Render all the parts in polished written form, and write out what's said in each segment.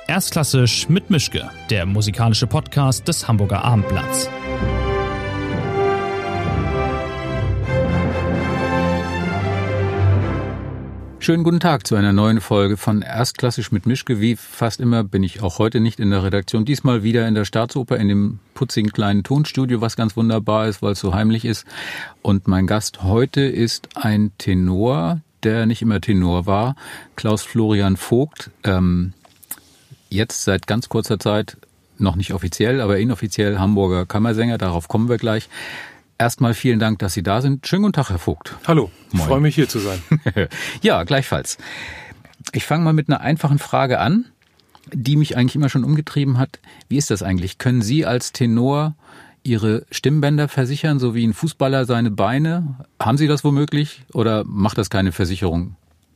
Erstklassisch mit Mischke, der musikalische Podcast des Hamburger Abendblatts. Schönen guten Tag zu einer neuen Folge von Erstklassisch mit Mischke. Wie fast immer bin ich auch heute nicht in der Redaktion. Diesmal wieder in der Staatsoper in dem putzigen kleinen Tonstudio, was ganz wunderbar ist, weil es so heimlich ist. Und mein Gast heute ist ein Tenor, der nicht immer Tenor war, Klaus Florian Vogt. Jetzt seit ganz kurzer Zeit, noch nicht offiziell, aber inoffiziell Hamburger Kammersänger. Darauf kommen wir gleich. Erstmal vielen Dank, dass Sie da sind. Schönen guten Tag, Herr Vogt. Hallo, ich freue mich, hier zu sein. Ja, gleichfalls. Ich fange mal mit einer einfachen Frage an, die mich eigentlich immer schon umgetrieben hat. Wie ist das eigentlich? Können Sie als Tenor Ihre Stimmbänder versichern, so wie ein Fußballer seine Beine? Haben Sie das womöglich oder macht das keine Versicherung?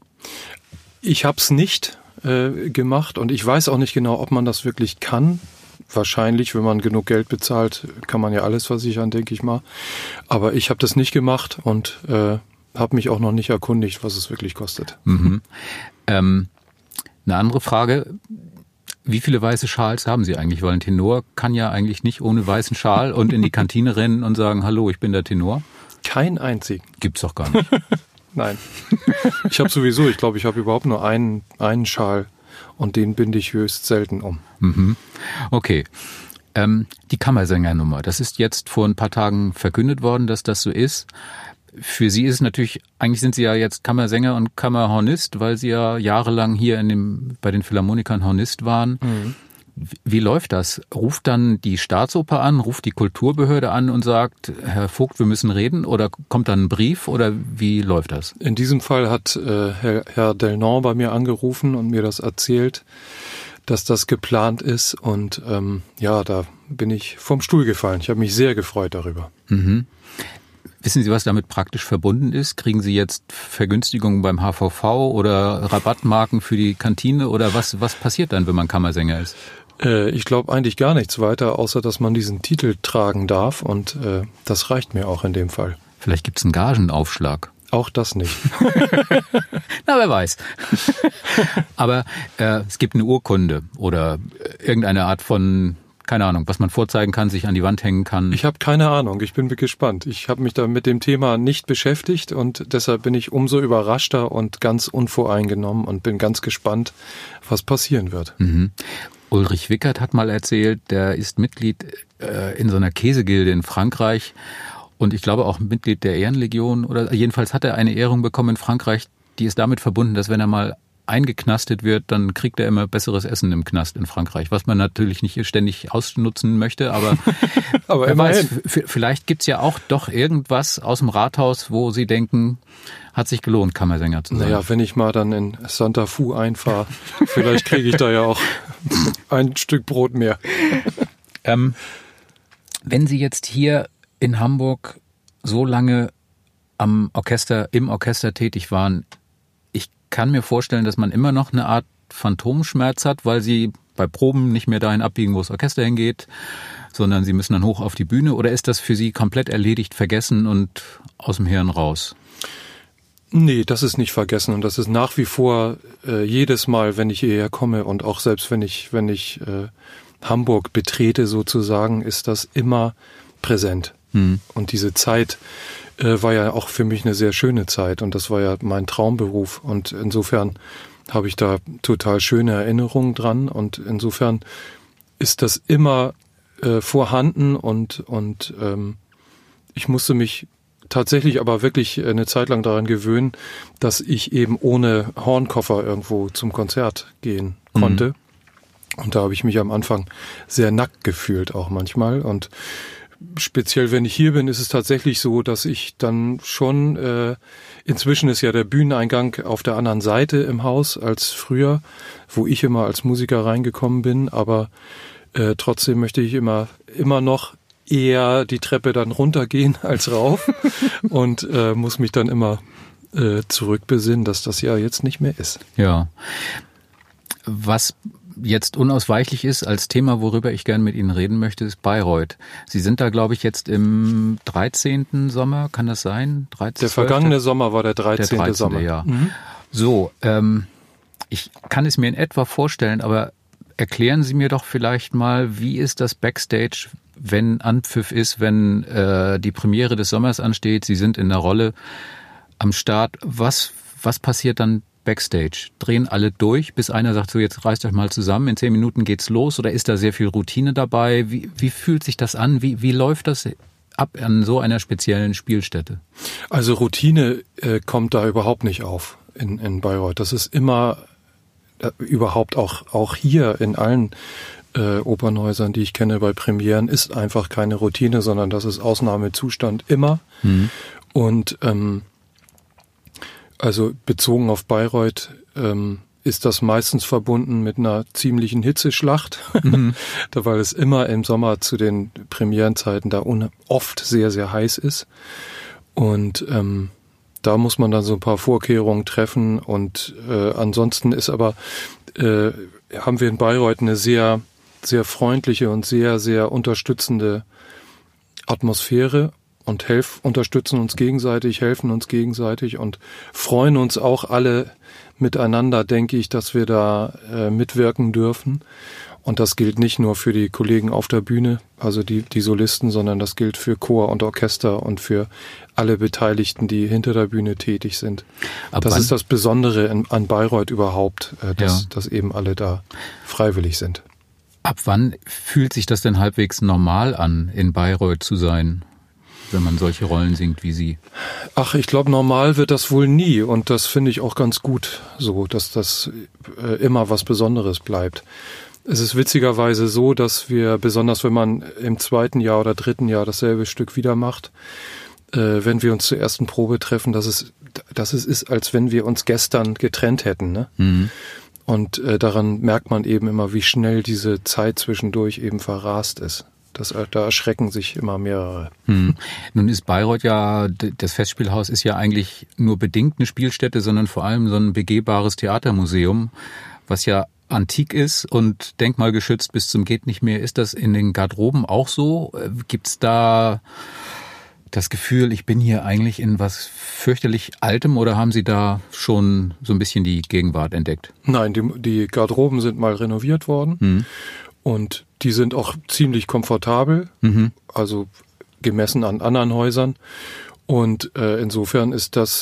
Ich habe es nicht gemacht und ich weiß auch nicht genau, ob man das wirklich kann. Wahrscheinlich, wenn man genug Geld bezahlt, kann man ja alles versichern, denke ich mal. Aber ich habe das nicht gemacht und habe mich auch noch nicht erkundigt, was es wirklich kostet. Mhm. Eine andere Frage, wie viele weiße Schals haben Sie eigentlich? Weil ein Tenor kann ja eigentlich nicht ohne weißen Schal und in die Kantine rennen und sagen, hallo, ich bin der Tenor. Kein einzigen. Gibt's doch gar nicht. Nein. Ich glaube, ich habe überhaupt nur einen Schal. Und den binde ich höchst selten um. Okay. Die Kammersängernummer, das ist jetzt vor ein paar Tagen verkündet worden, dass das so ist. Für Sie ist es natürlich, eigentlich sind Sie ja jetzt Kammersänger und Kammerhornist, weil Sie ja jahrelang hier bei den Philharmonikern Hornist waren. Wie läuft das? Ruft dann die Staatsoper an, ruft die Kulturbehörde an und sagt, Herr Vogt, wir müssen reden? Oder kommt dann ein Brief? Oder wie läuft das? In diesem Fall hat Herr Delnon bei mir angerufen und mir das erzählt, dass das geplant ist. Und da bin ich vom Stuhl gefallen. Ich habe mich sehr gefreut darüber. Mhm. Wissen Sie, was damit praktisch verbunden ist? Kriegen Sie jetzt Vergünstigungen beim HVV oder Rabattmarken für die Kantine? Oder was passiert dann, wenn man Kammersänger ist? Ich glaube eigentlich gar nichts weiter, außer dass man diesen Titel tragen darf. Und das reicht mir auch in dem Fall. Vielleicht gibt es einen Gagenaufschlag. Auch das nicht. Na, wer weiß. Aber es gibt eine Urkunde oder irgendeine Art von, keine Ahnung, was man vorzeigen kann, sich an die Wand hängen kann. Ich habe keine Ahnung, ich bin gespannt. Ich habe mich da mit dem Thema nicht beschäftigt und deshalb bin ich umso überraschter und ganz unvoreingenommen und bin ganz gespannt, was passieren wird. Mhm. Ulrich Wickert hat mal erzählt, der ist Mitglied in so einer Käsegilde in Frankreich und ich glaube auch Mitglied der Ehrenlegion oder jedenfalls hat er eine Ehrung bekommen in Frankreich, die ist damit verbunden, dass wenn er mal eingeknastet wird, dann kriegt er immer besseres Essen im Knast in Frankreich, was man natürlich nicht ständig ausnutzen möchte, aber, aber wer weiß, vielleicht gibt's ja auch doch irgendwas aus dem Rathaus, wo Sie denken, hat sich gelohnt, Kammersänger zu sein. Naja, wenn ich mal dann in Santa Fu einfahre, vielleicht kriege ich da ja auch ein Stück Brot mehr. Wenn Sie jetzt hier in Hamburg so lange im Orchester tätig waren, ich kann mir vorstellen, dass man immer noch eine Art Phantomschmerz hat, weil Sie bei Proben nicht mehr dahin abbiegen, wo das Orchester hingeht, sondern Sie müssen dann hoch auf die Bühne. Oder ist das für Sie komplett erledigt, vergessen und aus dem Hirn raus? Nee, das ist nicht vergessen und das ist nach wie vor jedes Mal, wenn ich hierher komme und auch selbst wenn ich Hamburg betrete sozusagen, ist das immer präsent. Und diese Zeit war ja auch für mich eine sehr schöne Zeit und das war ja mein Traumberuf und insofern habe ich da total schöne Erinnerungen dran und insofern ist das immer vorhanden und ich musste mich tatsächlich aber wirklich eine Zeit lang daran gewöhnen, dass ich eben ohne Hornkoffer irgendwo zum Konzert gehen konnte. Und da habe ich mich am Anfang sehr nackt gefühlt auch manchmal und speziell wenn ich hier bin, ist es tatsächlich so, dass ich dann schon, inzwischen ist ja der Bühneneingang auf der anderen Seite im Haus als früher, wo ich immer als Musiker reingekommen bin, aber trotzdem möchte ich immer noch eher die Treppe dann runtergehen als rauf und muss mich dann immer zurückbesinnen, dass das ja jetzt nicht mehr ist. Ja. Was jetzt unausweichlich ist als Thema, worüber ich gerne mit Ihnen reden möchte, ist Bayreuth. Sie sind da, glaube ich, jetzt im 13. Sommer, kann das sein? 13, der vergangene Sommer war der 13. Sommer. Ja. So, ich kann es mir in etwa vorstellen, aber erklären Sie mir doch vielleicht mal, wie ist das Backstage, wenn Anpfiff ist, wenn die Premiere des Sommers ansteht, Sie sind in der Rolle am Start. Was passiert dann Backstage? Drehen alle durch, bis einer sagt, so jetzt reißt euch mal zusammen, in 10 Minuten geht's los, oder ist da sehr viel Routine dabei? Wie fühlt sich das an? Wie läuft das ab an so einer speziellen Spielstätte? Also Routine kommt da überhaupt nicht auf in Bayreuth. Das ist immer überhaupt auch hier in allen Opernhäusern, die ich kenne bei Premieren, ist einfach keine Routine, sondern das ist Ausnahmezustand immer. Und also bezogen auf Bayreuth ist das meistens verbunden mit einer ziemlichen Hitzeschlacht, weil es immer im Sommer zu den Premierenzeiten da oft sehr, sehr heiß ist. Und da muss man dann so ein paar Vorkehrungen treffen. Und ansonsten ist aber, haben wir in Bayreuth eine sehr, sehr freundliche und sehr, sehr unterstützende Atmosphäre und unterstützen uns gegenseitig, helfen uns gegenseitig und freuen uns auch alle miteinander, denke ich, dass wir da mitwirken dürfen. Und das gilt nicht nur für die Kollegen auf der Bühne, also die Solisten, sondern das gilt für Chor und Orchester und für alle Beteiligten, die hinter der Bühne tätig sind. Das ist das Besondere an Bayreuth überhaupt, dass eben alle da freiwillig sind. Ab wann fühlt sich das denn halbwegs normal an, in Bayreuth zu sein, wenn man solche Rollen singt wie Sie? Ach, ich glaube, normal wird das wohl nie. Und das finde ich auch ganz gut so, dass das immer was Besonderes bleibt. Es ist witzigerweise so, dass wir, besonders wenn man im 2. Jahr oder 3. Jahr dasselbe Stück wieder macht, wenn wir uns zur ersten Probe treffen, dass es ist, als wenn wir uns gestern getrennt hätten. Ne? Und daran merkt man eben immer, wie schnell diese Zeit zwischendurch eben verrast ist. Da erschrecken sich immer mehrere. Nun ist Bayreuth ja, das Festspielhaus ist ja eigentlich nur bedingt eine Spielstätte, sondern vor allem so ein begehbares Theatermuseum, was ja antik ist und denkmalgeschützt bis zum geht nicht mehr. Ist das in den Garderoben auch so? Gibt's da das Gefühl, ich bin hier eigentlich in was fürchterlich Altem, oder haben Sie da schon so ein bisschen die Gegenwart entdeckt? Nein, die Garderoben sind mal renoviert worden und die sind auch ziemlich komfortabel, also gemessen an anderen Häusern. Und insofern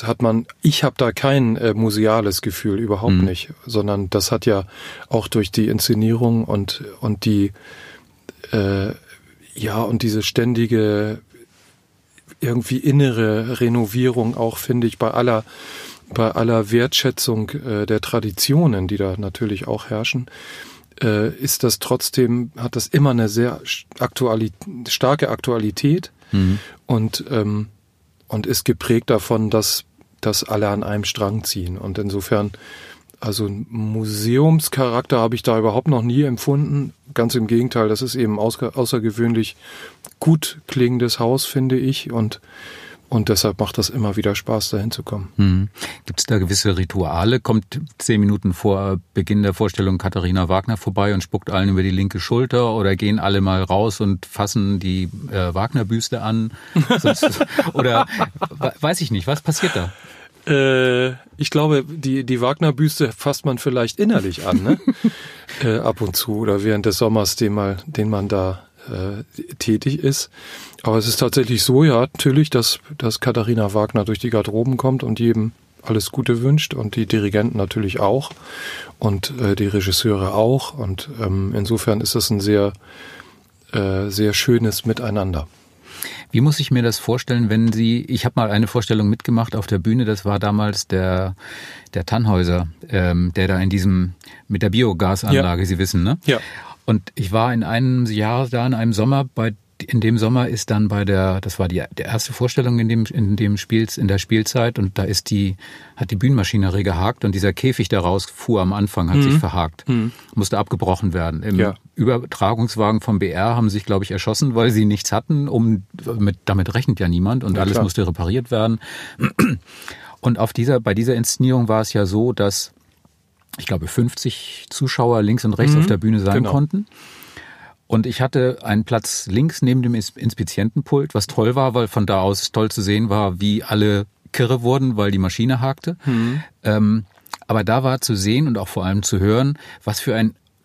ich habe da kein museales Gefühl, überhaupt nicht, sondern das hat ja auch durch die Inszenierung und die und diese ständige irgendwie innere Renovierung auch, finde ich, bei aller Wertschätzung der Traditionen, die da natürlich auch herrschen, ist das trotzdem, hat das immer eine sehr starke Aktualität und ist geprägt davon, dass alle an einem Strang ziehen. Und insofern, also einen Museumscharakter habe ich da überhaupt noch nie empfunden. Ganz im Gegenteil, das ist eben außergewöhnlich gut klingendes Haus, finde ich. Und deshalb macht das immer wieder Spaß, da hinzukommen. Gibt es da gewisse Rituale? Kommt 10 Minuten vor Beginn der Vorstellung Katharina Wagner vorbei und spuckt allen über die linke Schulter? Oder gehen alle mal raus und fassen die Wagner-Büste an? Oder weiß ich nicht, was passiert da? Ich glaube, die Wagner-Büste fasst man vielleicht innerlich an, ne? Ab und zu oder während des Sommers, den man da tätig ist. Aber es ist tatsächlich so, ja, natürlich, dass Katharina Wagner durch die Garderoben kommt und jedem alles Gute wünscht und die Dirigenten natürlich auch und die Regisseure auch. Und insofern ist das ein sehr, sehr schönes Miteinander. Wie muss ich mir das vorstellen, ich habe mal eine Vorstellung mitgemacht auf der Bühne, das war damals der Tannhäuser, der da mit der Biogasanlage, Sie wissen, ne? Ja. Und ich war in einem Jahr da, in einem Sommer, in dem Sommer ist dann das war die erste Vorstellung in der Spielzeit, und da hat die Bühnenmaschinerie gehakt und dieser Käfig, der rausfuhr am Anfang, hat sich verhakt, musste abgebrochen werden. Im Übertragungswagen vom BR haben sich, glaube ich, erschossen, weil sie nichts hatten, damit rechnet ja niemand, und alles musste repariert werden. Und bei dieser Inszenierung war es ja so, dass ich glaube 50 Zuschauer links und rechts auf der Bühne sein konnten. Und ich hatte einen Platz links neben dem Inspizientenpult, was toll war, weil von da aus toll zu sehen war, wie alle kirre wurden, weil die Maschine hakte. Aber da war zu sehen und auch vor allem zu hören, was für ein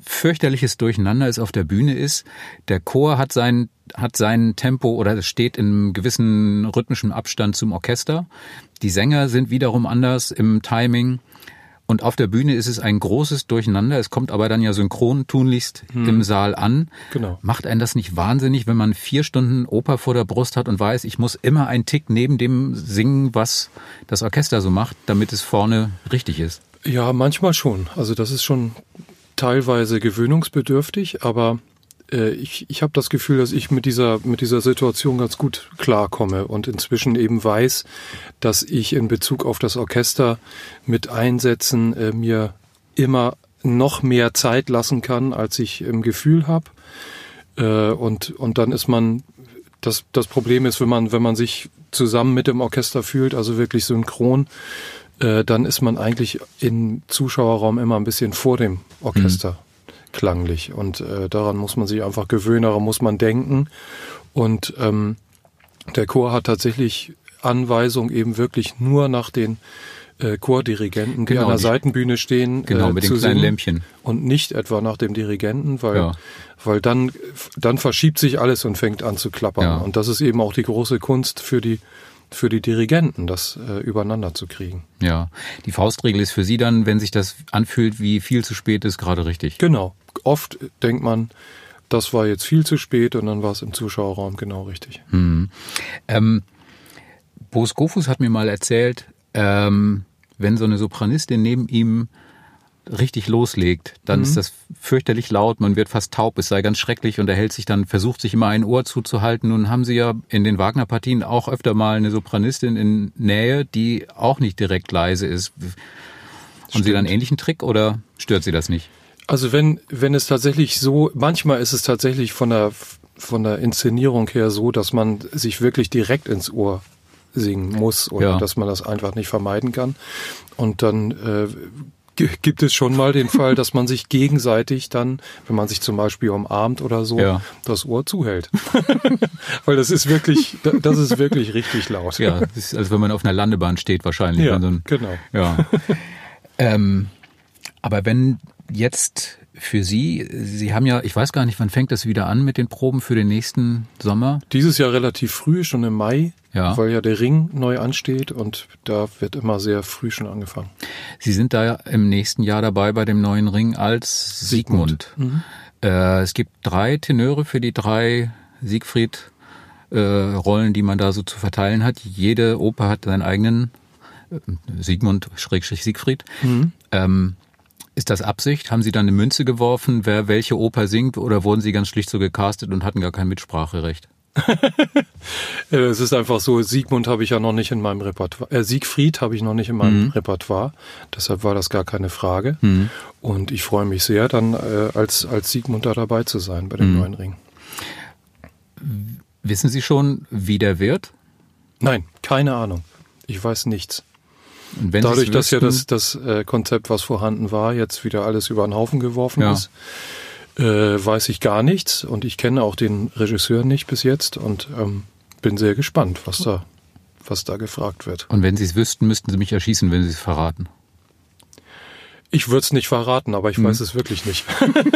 fürchterliches Durcheinander es auf der Bühne ist. Der Chor hat sein Tempo oder steht in einem gewissen rhythmischen Abstand zum Orchester. Die Sänger sind wiederum anders im Timing. Und auf der Bühne ist es ein großes Durcheinander. Es kommt aber dann ja synchron tunlichst im Saal an. Genau. Macht einen das nicht wahnsinnig, wenn man 4 Stunden Oper vor der Brust hat und weiß, ich muss immer einen Tick neben dem singen, was das Orchester so macht, damit es vorne richtig ist? Ja, manchmal schon. Also das ist schon teilweise gewöhnungsbedürftig, aber ich habe das Gefühl, dass ich mit dieser Situation ganz gut klarkomme und inzwischen eben weiß, dass ich in Bezug auf das Orchester mit Einsätzen mir immer noch mehr Zeit lassen kann, als ich im Gefühl habe. Und dann ist man, das Problem ist, wenn man sich zusammen mit dem Orchester fühlt, also wirklich synchron, dann ist man eigentlich im Zuschauerraum immer ein bisschen vor dem Orchester. Klanglich und daran muss man sich einfach gewöhnen, daran muss man denken und der Chor hat tatsächlich Anweisung eben wirklich nur nach den Chordirigenten, die an der Seitenbühne stehen, mit den kleinen Lämpchen und nicht etwa nach dem Dirigenten, weil dann verschiebt sich alles und fängt an zu klappern und das ist eben auch die große Kunst für die Dirigenten, das übereinander zu kriegen. Ja, die Faustregel ist für Sie dann, wenn sich das anfühlt, wie viel zu spät ist, gerade richtig. Genau. Oft denkt man, das war jetzt viel zu spät und dann war es im Zuschauerraum genau richtig. Bo Skofus hat mir mal erzählt, wenn so eine Sopranistin neben ihm richtig loslegt, dann ist das fürchterlich laut, man wird fast taub, es sei ganz schrecklich und er versucht sich immer ein Ohr zuzuhalten. Nun haben Sie ja in den Wagner-Partien auch öfter mal eine Sopranistin in Nähe, die auch nicht direkt leise ist. Haben Sie da einen ähnlichen Trick oder stört Sie das nicht? Also wenn es tatsächlich so, manchmal ist es tatsächlich von der Inszenierung her so, dass man sich wirklich direkt ins Ohr singen muss oder dass man das einfach nicht vermeiden kann. Und dann gibt es schon mal den Fall, dass man sich gegenseitig dann, wenn man sich zum Beispiel umarmt oder so, das Ohr zuhält. Weil das ist wirklich richtig laut. Ja, das ist, als wenn man auf einer Landebahn steht wahrscheinlich. Ja, genau. Ja. Aber wenn jetzt für Sie haben ja, ich weiß gar nicht, wann fängt das wieder an mit den Proben für den nächsten Sommer? Dieses Jahr relativ früh, schon im Mai, weil ja der Ring neu ansteht und da wird immer sehr früh schon angefangen. Sie sind da ja im nächsten Jahr dabei bei dem neuen Ring als Siegmund. Es gibt 3 Tenöre für die 3 Siegfried-Rollen, die man da so zu verteilen hat. Jede Oper hat seinen eigenen Siegmund/Siegfried. Ist das Absicht? Haben Sie dann eine Münze geworfen, wer welche Oper singt, oder wurden Sie ganz schlicht so gecastet und hatten gar kein Mitspracherecht? Es ist einfach so, Siegmund habe ich ja noch nicht in meinem Repertoire, Siegfried habe ich noch nicht in meinem Repertoire, deshalb war das gar keine Frage. Und ich freue mich sehr, dann als Siegmund da dabei zu sein bei dem neuen Ring. Wissen Sie schon, wie der wird? Nein, keine Ahnung. Ich weiß nichts. Und wenn dadurch, dass ja das Konzept, was vorhanden war, jetzt wieder alles über den Haufen geworfen ist, weiß ich gar nichts. Und ich kenne auch den Regisseur nicht bis jetzt und bin sehr gespannt, was da gefragt wird. Und wenn Sie es wüssten, müssten Sie mich erschießen, wenn Sie es verraten. Ich würde es nicht verraten, aber ich weiß es wirklich nicht.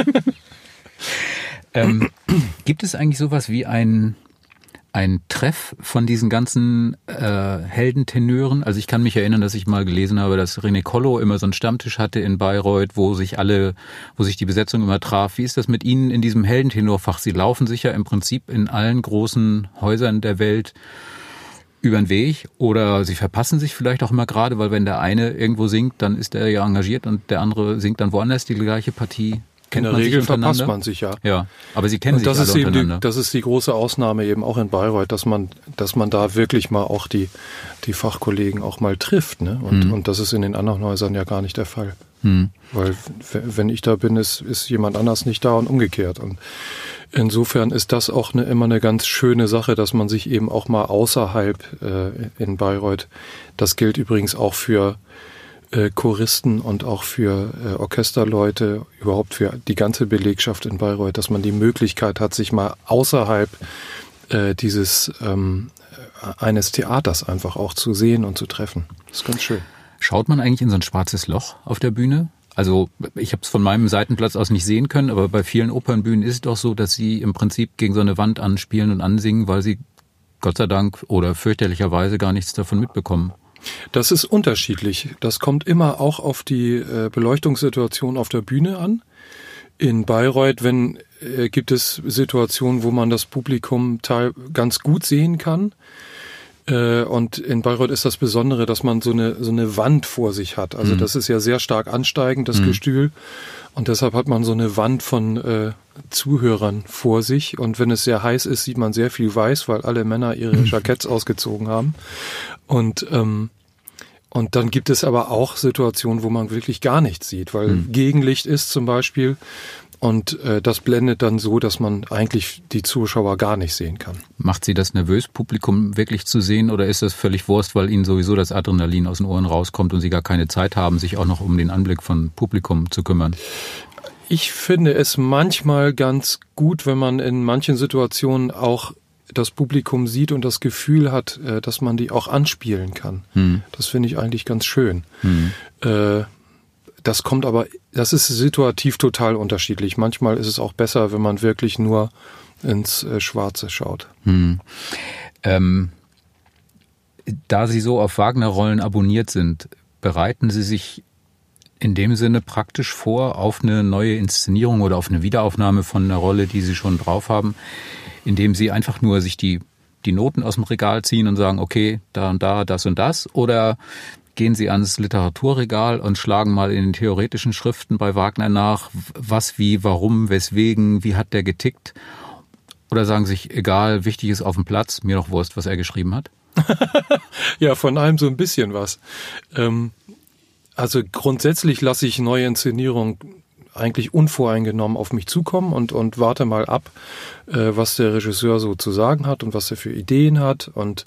Gibt es eigentlich sowas wie ein Treff von diesen ganzen Heldentenören? Also ich kann mich erinnern, dass ich mal gelesen habe, dass René Collo immer so einen Stammtisch hatte in Bayreuth, wo sich die Besetzung immer traf. Wie ist das mit Ihnen in diesem Heldentenorfach? Sie laufen sich ja im Prinzip in allen großen Häusern der Welt über den Weg oder Sie verpassen sich vielleicht auch immer gerade, weil wenn der eine irgendwo singt, dann ist er ja engagiert und der andere singt dann woanders die gleiche Partie. In der Regel verpasst man sich ja. Ja, aber Sie kennen sich alle untereinander. Das ist die große Ausnahme eben auch in Bayreuth, dass man da wirklich mal auch die Fachkollegen auch mal trifft, ne? Und das ist in den anderen Häusern ja gar nicht der Fall. Weil wenn ich da bin, ist jemand anders nicht da und umgekehrt. Und insofern ist das auch immer eine ganz schöne Sache, dass man sich eben auch mal außerhalb in Bayreuth, das gilt übrigens auch für Choristen und auch für Orchesterleute, überhaupt für die ganze Belegschaft in Bayreuth, dass man die Möglichkeit hat, sich mal außerhalb eines Theaters einfach auch zu sehen und zu treffen. Das ist ganz schön. Schaut man eigentlich in so ein schwarzes Loch auf der Bühne? Also ich habe es von meinem Seitenplatz aus nicht sehen können, aber bei vielen Opernbühnen ist es doch so, dass sie im Prinzip gegen so eine Wand anspielen und ansingen, weil sie Gott sei Dank oder fürchterlicherweise gar nichts davon mitbekommen. Das ist unterschiedlich. Das kommt immer auch auf die Beleuchtungssituation auf der Bühne an. In Bayreuth, gibt es Situationen, wo man das Publikum ganz gut sehen kann. Und in Bayreuth ist das Besondere, dass man so eine Wand vor sich hat. Also das ist ja sehr stark ansteigend, das Gestühl. Und deshalb hat man so eine Wand von Zuhörern vor sich. Und wenn es sehr heiß ist, sieht man sehr viel weiß, weil alle Männer ihre Jacketts ausgezogen haben. Und dann gibt es aber auch Situationen, wo man wirklich gar nichts sieht, weil Gegenlicht ist zum Beispiel. Und das blendet dann so, dass man eigentlich die Zuschauer gar nicht sehen kann. Macht Sie das nervös, Publikum wirklich zu sehen, oder ist das völlig Wurst, weil Ihnen sowieso das Adrenalin aus den Ohren rauskommt und Sie gar keine Zeit haben, sich auch noch um den Anblick von Publikum zu kümmern? Ich finde es manchmal ganz gut, wenn man in manchen Situationen auch das Publikum sieht und das Gefühl hat, dass man die auch anspielen kann. Das finde ich eigentlich ganz schön. Das ist situativ total unterschiedlich. Manchmal ist es auch besser, wenn man wirklich nur ins Schwarze schaut. Da Sie so auf Wagner-Rollen abonniert sind, bereiten Sie sich in dem Sinne praktisch vor auf eine neue Inszenierung oder auf eine Wiederaufnahme von einer Rolle, die Sie schon drauf haben, indem Sie einfach nur sich die Noten aus dem Regal ziehen und sagen, okay, da und da, das und das, oder gehen Sie ans Literaturregal und schlagen mal in den theoretischen Schriften bei Wagner nach, was, wie, warum, weswegen, wie hat der getickt? Oder sagen sich, egal, wichtig ist auf dem Platz, mir doch Wurst, was er geschrieben hat? Ja, von allem so ein bisschen was. Also grundsätzlich lasse ich neue Inszenierungen eigentlich unvoreingenommen auf mich zukommen und warte mal ab, was der Regisseur so zu sagen hat und was er für Ideen hat. Und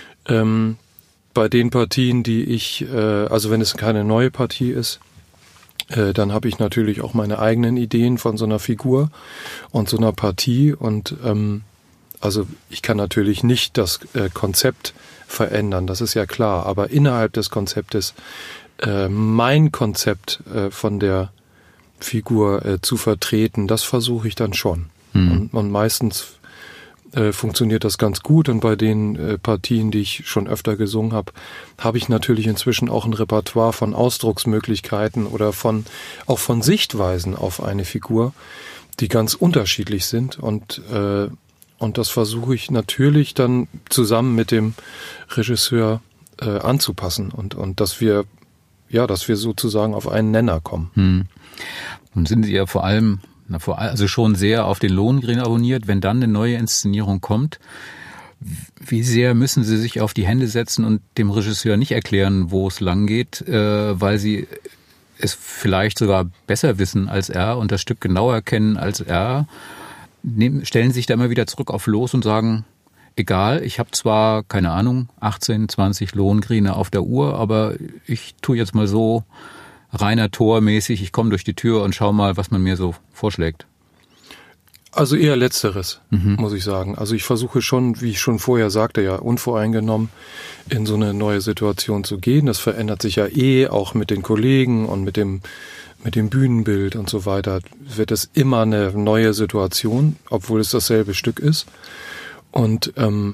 bei den Partien, also wenn es keine neue Partie ist, dann habe ich natürlich auch meine eigenen Ideen von so einer Figur und so einer Partie. Und also ich kann natürlich nicht das Konzept verändern, das ist ja klar. Aber innerhalb des Konzeptes mein Konzept von der Figur zu vertreten, das versuche ich dann schon. Und meistens funktioniert das ganz gut, und bei den Partien, die ich schon öfter gesungen habe, habe ich natürlich inzwischen auch ein Repertoire von Ausdrucksmöglichkeiten oder auch von Sichtweisen auf eine Figur, die ganz unterschiedlich sind, und das versuche ich natürlich dann zusammen mit dem Regisseur anzupassen und dass wir sozusagen auf einen Nenner kommen. Nun sind Sie ja vor allem schon sehr auf den Lohengrin abonniert. Wenn dann eine neue Inszenierung kommt, wie sehr müssen Sie sich auf die Hände setzen und dem Regisseur nicht erklären, wo es lang geht, weil Sie es vielleicht sogar besser wissen als er und das Stück genauer kennen als er? Stellen sich da immer wieder zurück auf Los und sagen, egal, ich habe zwar, keine Ahnung, 18, 20 Lohengrine auf der Uhr, aber ich tue jetzt mal so reiner Tormäßig, ich komme durch die Tür und schau mal, was man mir so vorschlägt. Also eher Letzteres, muss ich sagen. Also ich versuche schon, wie ich schon vorher sagte, ja, unvoreingenommen in so eine neue Situation zu gehen. Das verändert sich ja auch mit den Kollegen und mit dem Bühnenbild und so weiter. Wird es immer eine neue Situation, obwohl es dasselbe Stück ist. Und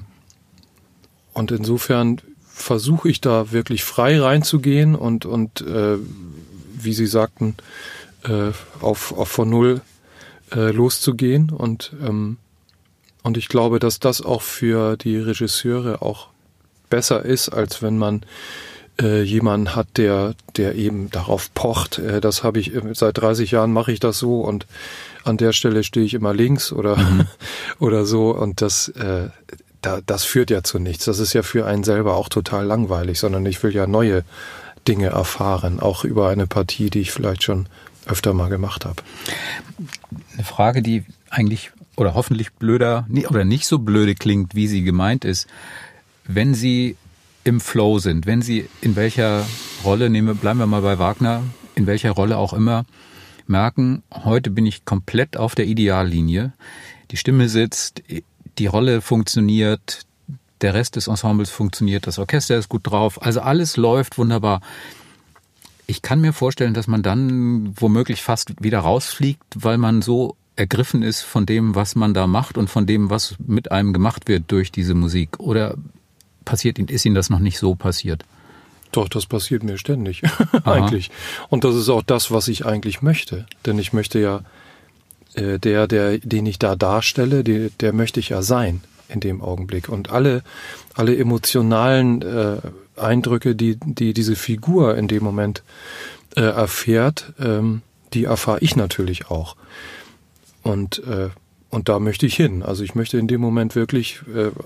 insofern versuche ich da wirklich frei reinzugehen und wie Sie sagten, von Null loszugehen. Und ich glaube, dass das auch für die Regisseure auch besser ist, als wenn man jemanden hat, der eben darauf pocht. Das habe ich seit 30 Jahren, mache ich das so, und an der Stelle stehe ich immer links oder so, und das führt ja zu nichts. Das ist ja für einen selber auch total langweilig, sondern ich will ja neue Dinge erfahren, auch über eine Partie, die ich vielleicht schon öfter mal gemacht habe. Eine Frage, die eigentlich oder hoffentlich blöder oder nicht so blöde klingt, wie sie gemeint ist. Wenn Sie im Flow sind, wenn Sie in welcher Rolle, bleiben wir mal bei Wagner, in welcher Rolle auch immer, merken, heute bin ich komplett auf der Ideallinie, die Stimme sitzt, die Rolle funktioniert, der Rest des Ensembles funktioniert, das Orchester ist gut drauf, also alles läuft wunderbar. Ich kann mir vorstellen, dass man dann womöglich fast wieder rausfliegt, weil man so ergriffen ist von dem, was man da macht und von dem, was mit einem gemacht wird durch diese Musik. Oder ist Ihnen das noch nicht so passiert? Doch, das passiert mir ständig, eigentlich. Und das ist auch das, was ich eigentlich möchte. Denn ich möchte ja, den ich da darstelle, der möchte ich ja sein in dem Augenblick. Und alle emotionalen Eindrücke, die diese Figur in dem Moment erfährt, die erfahre ich natürlich auch. Und da möchte ich hin. Also ich möchte in dem Moment wirklich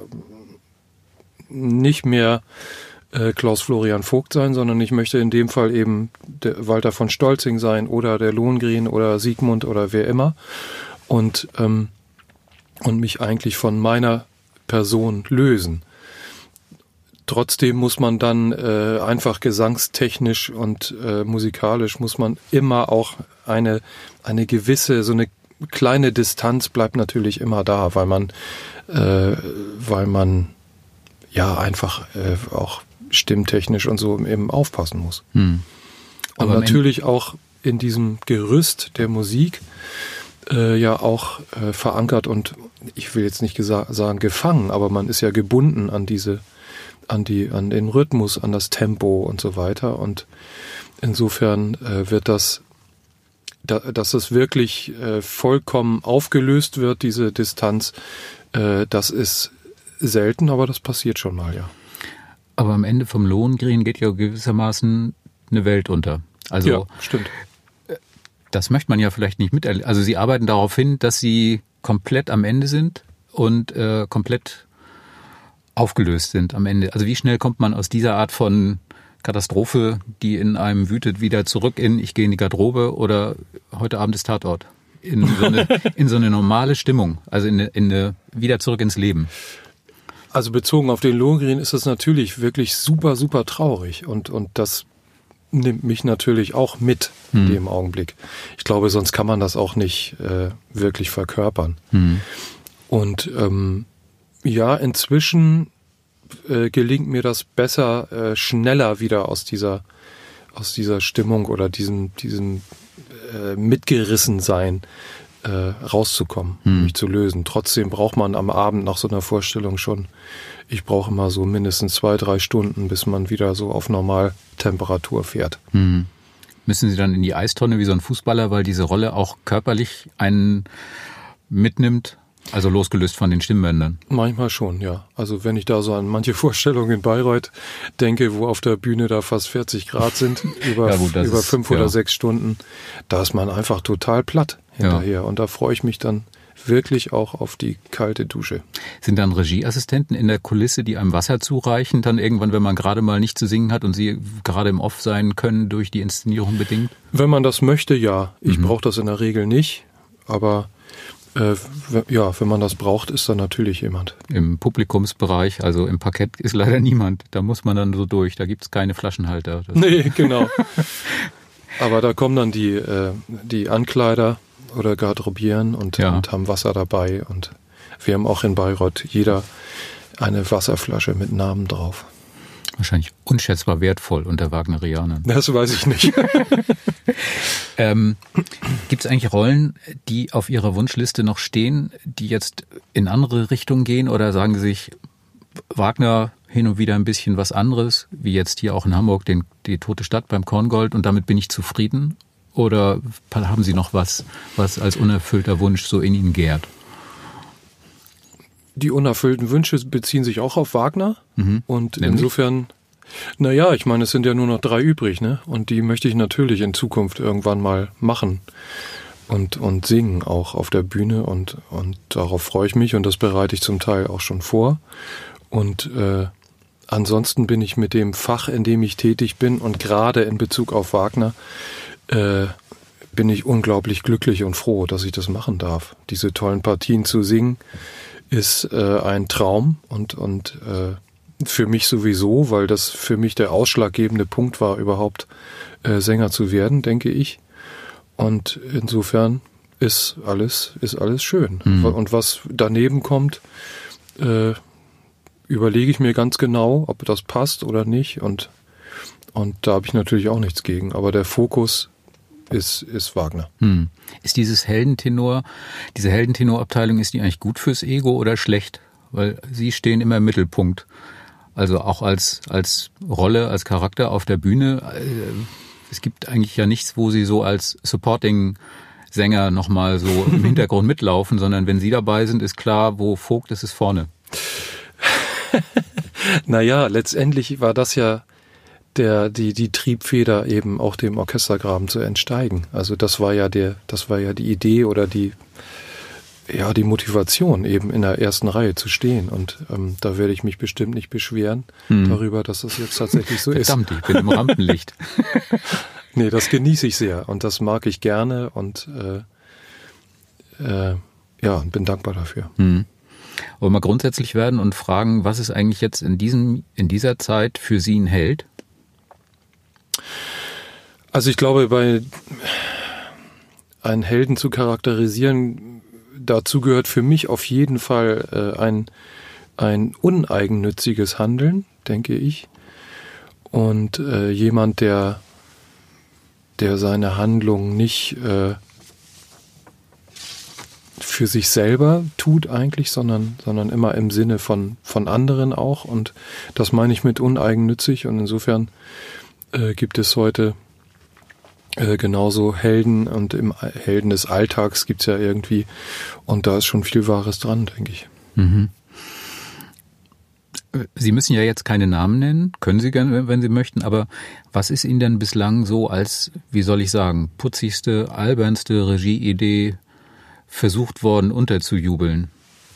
nicht mehr Klaus Florian Vogt sein, sondern ich möchte in dem Fall eben der Walter von Stolzing sein oder der Lohengrin oder Sigmund oder wer immer und mich eigentlich von meiner Person lösen. Trotzdem muss man dann einfach gesangstechnisch und musikalisch muss man immer auch eine gewisse, so eine kleine Distanz bleibt natürlich immer da, weil man ja einfach auch stimmtechnisch und so eben aufpassen muss. Und natürlich auch in diesem Gerüst der Musik ja auch verankert und ich will jetzt nicht sagen gefangen, aber man ist ja gebunden an an den Rhythmus, an das Tempo und so weiter. Und insofern wird dass es wirklich vollkommen aufgelöst wird, diese Distanz, das ist selten, aber das passiert schon mal, ja. Aber am Ende vom Lohengrin geht ja gewissermaßen eine Welt unter. Also, ja, stimmt. Das möchte man ja vielleicht nicht miterleben. Also Sie arbeiten darauf hin, dass Sie komplett am Ende sind und komplett aufgelöst sind am Ende. Also wie schnell kommt man aus dieser Art von Katastrophe, die in einem wütet, wieder zurück ich gehe in die Garderobe oder heute Abend ist Tatort? In so eine normale Stimmung, also wieder zurück ins Leben. Also bezogen auf den Lohengrin ist es natürlich wirklich super, super traurig und das nimmt mich natürlich auch mit in dem Augenblick. Ich glaube, sonst kann man das auch nicht wirklich verkörpern. Und ja, inzwischen gelingt mir das besser, schneller wieder aus dieser Stimmung oder diesem Mitgerissensein rauszukommen, mich zu lösen. Trotzdem braucht man am Abend nach so einer Vorstellung ich brauche immer so mindestens 2-3 Stunden, bis man wieder so auf Normaltemperatur fährt. Müssen Sie dann in die Eistonne wie so ein Fußballer, weil diese Rolle auch körperlich einen mitnimmt? Also losgelöst von den Stimmbändern? Manchmal schon, ja. Also wenn ich da so an manche Vorstellungen in Bayreuth denke, wo auf der Bühne da fast 40 Grad sind, über 5 oder 6 Stunden, da ist man einfach total platt hinterher. Ja. Und da freue ich mich dann wirklich auch auf die kalte Dusche. Sind dann Regieassistenten in der Kulisse, die einem Wasser zureichen, dann irgendwann, wenn man gerade mal nicht zu singen hat und Sie gerade im Off sein können durch die Inszenierung bedingt? Wenn man das möchte, ja. Ich brauche das in der Regel nicht, aber wenn man das braucht, ist da natürlich jemand. Im Publikumsbereich, also im Parkett, ist leider niemand. Da muss man dann so durch. Da gibt es keine Flaschenhalter. Nee, genau. Aber da kommen dann die Ankleider oder Garderobieren und haben Wasser dabei. Und wir haben auch in Bayreuth jeder eine Wasserflasche mit Namen drauf. Wahrscheinlich unschätzbar wertvoll unter Wagnerianern. Das weiß ich nicht. Gibt es eigentlich Rollen, die auf Ihrer Wunschliste noch stehen, die jetzt in andere Richtungen gehen? Oder sagen Sie sich, Wagner hin und wieder ein bisschen was anderes, wie jetzt hier auch in Hamburg die Tote Stadt beim Korngold und damit bin ich zufrieden? Oder haben Sie noch was als unerfüllter Wunsch so in Ihnen gärt? Die unerfüllten Wünsche beziehen sich auch auf Wagner. Und insofern, ich meine, es sind ja nur noch 3 übrig, ne? Und die möchte ich natürlich in Zukunft irgendwann mal machen und singen auch auf der Bühne und darauf freue ich mich und das bereite ich zum Teil auch schon vor. Und ansonsten bin ich mit dem Fach, in dem ich tätig bin und gerade in Bezug auf Wagner, bin ich unglaublich glücklich und froh, dass ich das machen darf. Diese tollen Partien zu singen ist ein Traum und für mich sowieso, weil das für mich der ausschlaggebende Punkt war, überhaupt Sänger zu werden, denke ich. Und insofern ist alles schön. Und was daneben kommt, überlege ich mir ganz genau, ob das passt oder nicht. Und Und da habe ich natürlich auch nichts gegen. Aber der Fokus ist Wagner. Ist diese Heldentenor-Abteilung, ist die eigentlich gut fürs Ego oder schlecht? Weil Sie stehen immer im Mittelpunkt. Also auch als Rolle, als Charakter auf der Bühne. Es gibt eigentlich ja nichts, wo Sie so als Supporting-Sänger nochmal so im Hintergrund mitlaufen, sondern wenn Sie dabei sind, ist klar, wo Vogt ist, ist vorne. Naja, letztendlich war das ja die Triebfeder, eben auch dem Orchestergraben zu entsteigen. Also das war ja die Idee oder die Motivation, eben in der ersten Reihe zu stehen. Und da werde ich mich bestimmt nicht beschweren darüber, dass das jetzt tatsächlich so ist. Verdammt, ich bin im Rampenlicht. Nee, das genieße ich sehr und das mag ich gerne und bin dankbar dafür. Aber mal grundsätzlich werden und fragen, was ist eigentlich jetzt in dieser Zeit für Sie ein Held? Also ich glaube, einen Helden zu charakterisieren, dazu gehört für mich auf jeden Fall ein uneigennütziges Handeln, denke ich. Und jemand, der seine Handlung nicht für sich selber tut eigentlich, sondern immer im Sinne von anderen auch. Und das meine ich mit uneigennützig. Und insofern gibt es heute genauso Helden und im Helden des Alltags gibt's ja irgendwie, und da ist schon viel Wahres dran, denke ich. Sie müssen ja jetzt keine Namen nennen, können Sie gerne, wenn Sie möchten, aber was ist Ihnen denn bislang so als, wie soll ich sagen, putzigste, albernste Regieidee versucht worden unterzujubeln?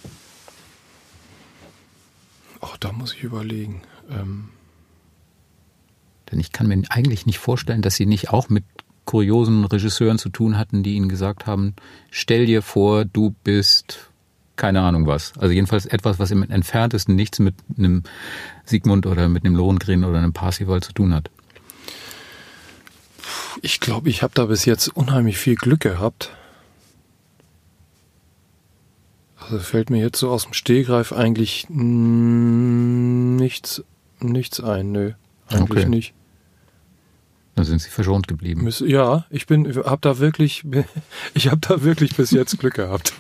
Oh, da muss ich überlegen. Denn ich kann mir eigentlich nicht vorstellen, dass Sie nicht auch mit kuriosen Regisseuren zu tun hatten, die Ihnen gesagt haben, stell dir vor, du bist keine Ahnung was. Also jedenfalls etwas, was im Entferntesten nichts mit einem Sigmund oder mit einem Lohengrin oder einem Parsifal zu tun hat. Ich glaube, ich habe da bis jetzt unheimlich viel Glück gehabt. Also fällt mir jetzt so aus dem Stegreif eigentlich nichts ein. Nö, eigentlich nicht. Dann sind Sie verschont geblieben. Ja, ich habe da wirklich bis jetzt Glück gehabt.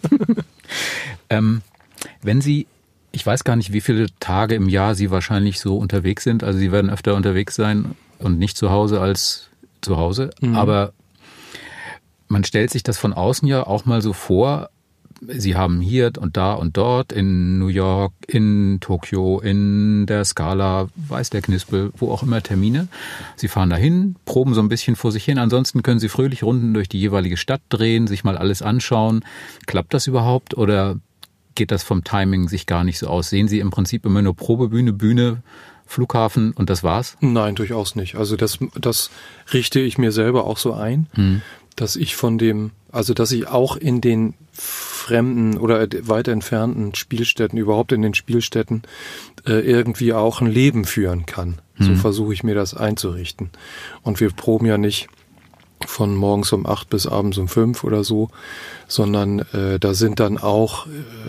Wenn Sie, ich weiß gar nicht, wie viele Tage im Jahr Sie wahrscheinlich so unterwegs sind, also Sie werden öfter unterwegs sein und nicht zu Hause als zu Hause, aber man stellt sich das von außen ja auch mal so vor, Sie haben hier und da und dort in New York, in Tokio, in der Scala, weiß der Knispel, wo auch immer Termine. Sie fahren dahin, proben so ein bisschen vor sich hin. Ansonsten können Sie fröhlich Runden durch die jeweilige Stadt drehen, sich mal alles anschauen. Klappt das überhaupt oder geht das vom Timing sich gar nicht so aus? Sehen Sie im Prinzip immer nur Probebühne, Bühne, Flughafen und das war's? Nein, durchaus nicht. Also das richte ich mir selber auch so ein, dass ich dass ich auch in den fremden oder weit entfernten Spielstätten, überhaupt in den Spielstätten, irgendwie auch ein Leben führen kann. So versuche ich mir das einzurichten. Und wir proben ja nicht von morgens um 8 bis abends um 5 oder so, sondern da sind dann auch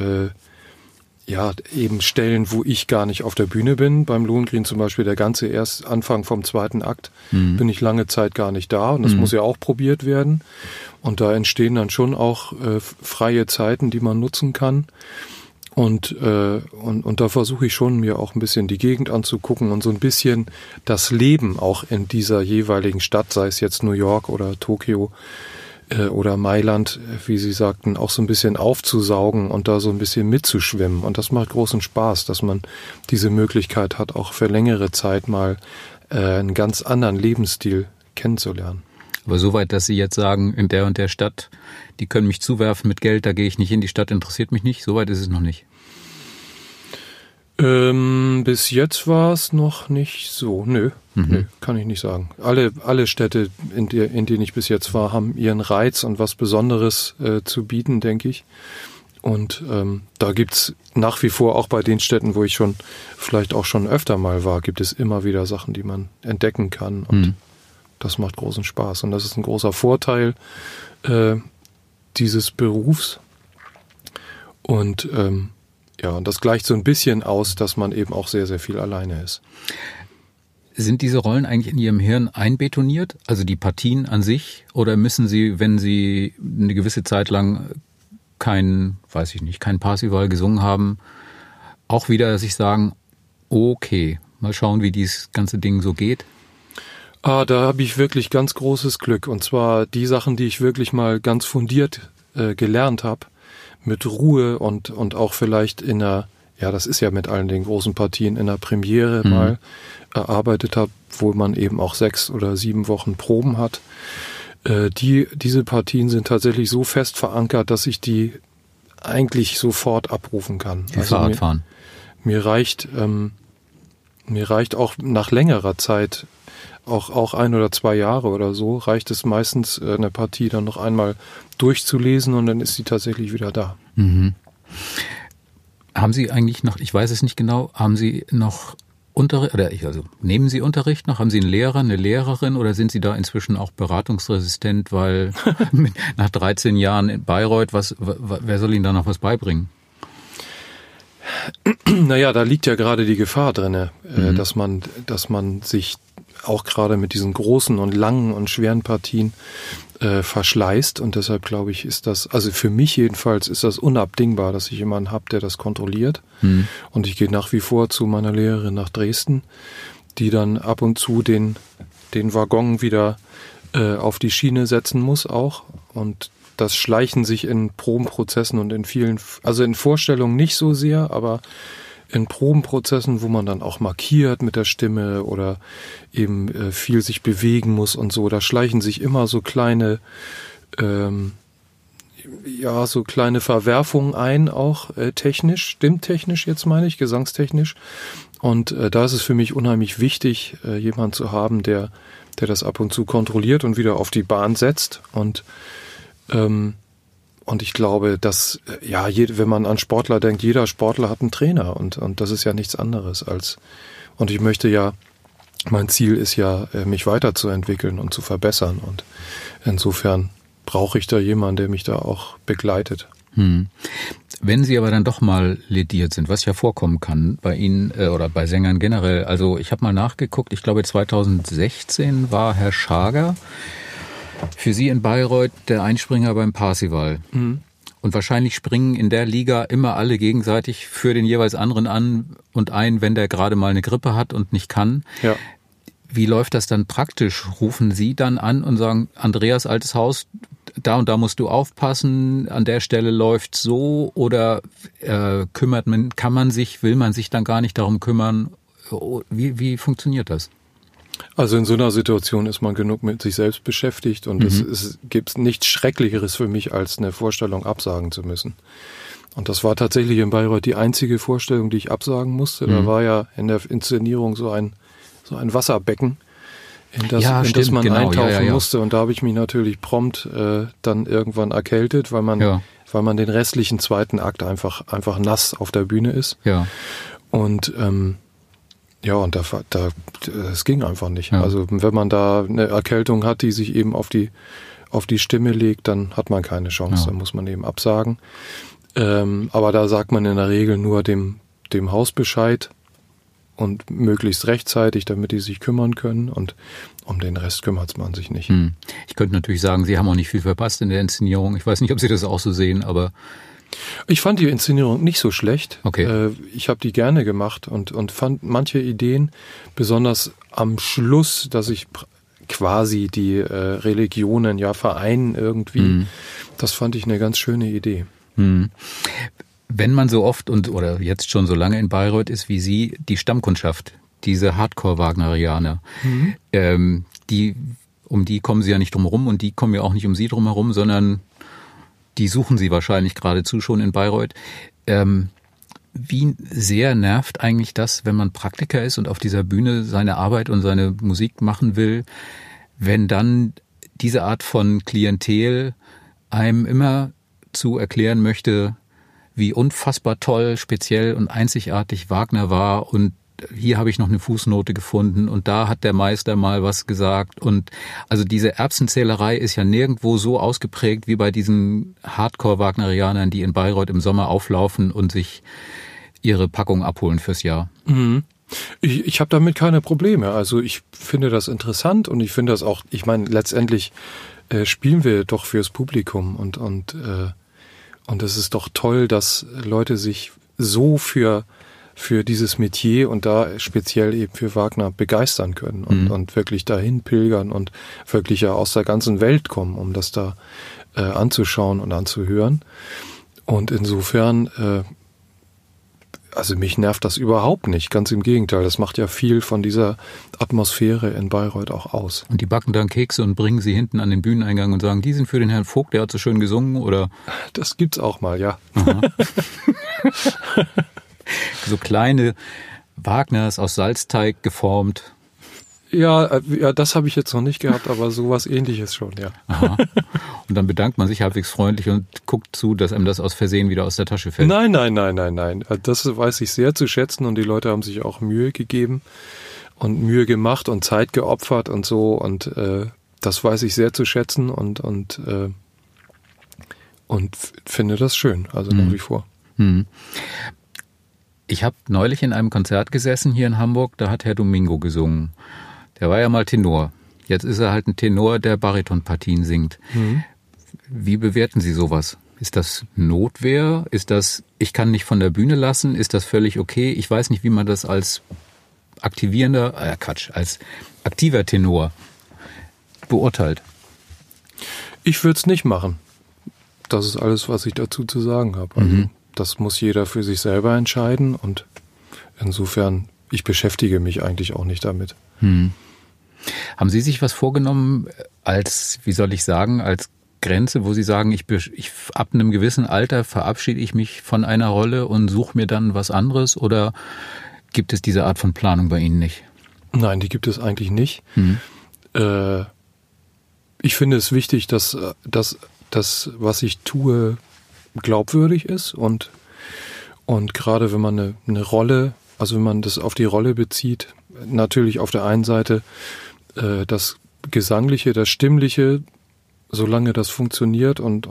eben Stellen, wo ich gar nicht auf der Bühne bin. Beim Lohengrin zum Beispiel der ganze Anfang vom zweiten Akt bin ich lange Zeit gar nicht da und das muss ja auch probiert werden. Und da entstehen dann schon auch freie Zeiten, die man nutzen kann. Und da versuche ich schon, mir auch ein bisschen die Gegend anzugucken und so ein bisschen das Leben auch in dieser jeweiligen Stadt, sei es jetzt New York oder Tokio oder Mailand, wie Sie sagten, auch so ein bisschen aufzusaugen und da so ein bisschen mitzuschwimmen. Und das macht großen Spaß, dass man diese Möglichkeit hat, auch für längere Zeit mal einen ganz anderen Lebensstil kennenzulernen. Aber soweit, dass Sie jetzt sagen, in der und der Stadt, die können mich zuwerfen mit Geld, da gehe ich nicht hin, die Stadt interessiert mich nicht, soweit ist es noch nicht. Bis jetzt war es noch nicht so. Nö, kann ich nicht sagen. Alle Städte, in denen ich bis jetzt war, haben ihren Reiz und was Besonderes zu bieten, denke ich. Und da gibt's nach wie vor, auch bei den Städten, wo ich vielleicht auch schon öfter mal war, gibt es immer wieder Sachen, die man entdecken kann. Und das macht großen Spaß. Und das ist ein großer Vorteil dieses Berufs. Und und das gleicht so ein bisschen aus, dass man eben auch sehr, sehr viel alleine ist. Sind diese Rollen eigentlich in Ihrem Hirn einbetoniert, also die Partien an sich, oder müssen Sie, wenn Sie eine gewisse Zeit lang kein Parsival gesungen haben, auch wieder sich sagen, okay, mal schauen, wie dieses ganze Ding so geht? Da habe ich wirklich ganz großes Glück. Und zwar die Sachen, die ich wirklich mal ganz fundiert gelernt habe, mit Ruhe und auch vielleicht das ist ja mit allen den großen Partien, in der Premiere mal erarbeitet habe, wo man eben auch 6 oder 7 Wochen Proben hat. Diese Partien sind tatsächlich so fest verankert, dass ich die eigentlich sofort abrufen kann. Wie Fahrradfahren. Mir reicht auch nach längerer Zeit, auch 1 oder 2 Jahre oder so, reicht es meistens, eine Partie dann noch einmal durchzulesen und dann ist sie tatsächlich wieder da. Mhm. Haben Sie eigentlich noch, ich weiß es nicht genau, haben Sie noch Unterricht, nehmen Sie Unterricht noch? Haben Sie einen Lehrer, eine Lehrerin oder sind Sie da inzwischen auch beratungsresistent, weil nach 13 Jahren in Bayreuth, wer soll Ihnen da noch was beibringen? Naja, da liegt ja gerade die Gefahr drinne, dass man sich auch gerade mit diesen großen und langen und schweren Partien verschleißt und deshalb glaube ich, ist das, also für mich jedenfalls ist das unabdingbar, dass ich jemanden habe, der das kontrolliert und ich gehe nach wie vor zu meiner Lehrerin nach Dresden, die dann ab und zu den Waggon wieder auf die Schiene setzen muss auch und das schleichen sich in Probenprozessen und in vielen, also in Vorstellungen nicht so sehr, aber in Probenprozessen, wo man dann auch markiert mit der Stimme oder eben viel sich bewegen muss und so, da schleichen sich immer so kleine Verwerfungen ein, auch technisch, stimmtechnisch jetzt meine ich, gesangstechnisch. Und da ist es für mich unheimlich wichtig, jemanden zu haben, der das ab und zu kontrolliert und wieder auf die Bahn setzt. Und ich glaube, dass, wenn man an Sportler denkt, jeder Sportler hat einen Trainer und das ist ja nichts anderes und ich möchte ja, mein Ziel ist ja, mich weiterzuentwickeln und zu verbessern und insofern brauche ich da jemanden, der mich da auch begleitet. Wenn Sie aber dann doch mal lediert sind, was ja vorkommen kann bei Ihnen oder bei Sängern generell, also ich habe mal nachgeguckt, ich glaube 2016 war Herr Schager für Sie in Bayreuth der Einspringer beim Parsival. Und wahrscheinlich springen in der Liga immer alle gegenseitig für den jeweils anderen an und ein, wenn der gerade mal eine Grippe hat und nicht kann. Ja. Wie läuft das dann praktisch? Rufen Sie dann an und sagen, Andreas, altes Haus, da und da musst du aufpassen, an der Stelle läuft's so, oder will man sich dann gar nicht darum kümmern? Wie funktioniert das? Also in so einer Situation ist man genug mit sich selbst beschäftigt und es gibt nichts Schrecklicheres für mich, als eine Vorstellung absagen zu müssen. Und das war tatsächlich in Bayreuth die einzige Vorstellung, die ich absagen musste. Da war ja in der Inszenierung so ein Wasserbecken, in das man eintauchen musste. Und da habe ich mich natürlich prompt dann irgendwann erkältet, weil man den restlichen zweiten Akt einfach nass auf der Bühne ist. Ja. Und es ging einfach nicht. Ja. Also wenn man da eine Erkältung hat, die sich eben auf die Stimme legt, dann hat man keine Chance. Dann muss man eben absagen. Aber da sagt man in der Regel nur dem Haus Bescheid und möglichst rechtzeitig, damit die sich kümmern können, und um den Rest kümmert man sich nicht. Ich könnte natürlich sagen, Sie haben auch nicht viel verpasst in der Inszenierung. Ich weiß nicht, ob Sie das auch so sehen, aber ich fand die Inszenierung nicht so schlecht. Okay. Ich habe die gerne gemacht und fand manche Ideen, besonders am Schluss, dass ich quasi die Religionen vereinen irgendwie. Das fand ich eine ganz schöne Idee. Wenn man so oft oder jetzt schon so lange in Bayreuth ist wie Sie, die Stammkundschaft, diese Hardcore-Wagnerianer, um die kommen Sie ja nicht drum herum und die kommen ja auch nicht um Sie drum herum, sondern die suchen Sie wahrscheinlich geradezu schon in Bayreuth. Wie sehr nervt eigentlich das, wenn man Praktiker ist und auf dieser Bühne seine Arbeit und seine Musik machen will, wenn dann diese Art von Klientel einem immer zu erklären möchte, wie unfassbar toll, speziell und einzigartig Wagner war, und hier habe ich noch eine Fußnote gefunden und da hat der Meister mal was gesagt, und also diese Erbsenzählerei ist ja nirgendwo so ausgeprägt wie bei diesen Hardcore-Wagnerianern, die in Bayreuth im Sommer auflaufen und sich ihre Packung abholen fürs Jahr. Ich habe damit keine Probleme. Also ich finde das interessant und ich finde das auch, ich meine, letztendlich spielen wir doch fürs Publikum und es ist doch toll, dass Leute sich so für dieses Metier und da speziell eben für Wagner begeistern können und wirklich dahin pilgern und wirklich ja aus der ganzen Welt kommen, um das da anzuschauen und anzuhören. Und insofern, also mich nervt das überhaupt nicht, ganz im Gegenteil. Das macht ja viel von dieser Atmosphäre in Bayreuth auch aus. Und die backen dann Kekse und bringen sie hinten an den Bühneneingang und sagen, die sind für den Herrn Vogt, der hat so schön gesungen, oder? Das gibt's auch mal, ja. So kleine Wagners aus Salzteig geformt. Ja, das habe ich jetzt noch nicht gehabt, aber sowas Ähnliches schon, ja. Aha. Und dann bedankt man sich halbwegs freundlich und guckt zu, dass einem das aus Versehen wieder aus der Tasche fällt. Nein. Das weiß ich sehr zu schätzen und die Leute haben sich auch Mühe gegeben und Mühe gemacht und Zeit geopfert und so und das weiß ich sehr zu schätzen und finde das schön, also nach wie vor. Ich habe neulich in einem Konzert gesessen hier in Hamburg, da hat Herr Domingo gesungen. Der war ja mal Tenor. Jetzt ist er halt ein Tenor, der Baritonpartien singt. Wie bewerten Sie sowas? Ist das Notwehr? Ist das, ich kann nicht von der Bühne lassen? Ist das völlig okay? Ich weiß nicht, wie man das als als aktiver Tenor beurteilt. Ich würde es nicht machen. Das ist alles, was ich dazu zu sagen habe. Also das muss jeder für sich selber entscheiden und insofern, ich beschäftige mich eigentlich auch nicht damit. Haben Sie sich was vorgenommen als, wie soll ich sagen, als Grenze, wo Sie sagen, ab einem gewissen Alter verabschiede ich mich von einer Rolle und suche mir dann was anderes, oder gibt es diese Art von Planung bei Ihnen nicht? Nein, die gibt es eigentlich nicht. Ich finde es wichtig, dass das, was ich tue, glaubwürdig ist und gerade wenn man eine Rolle, also wenn man das auf die Rolle bezieht, natürlich auf der einen Seite das Gesangliche, das Stimmliche, solange das funktioniert und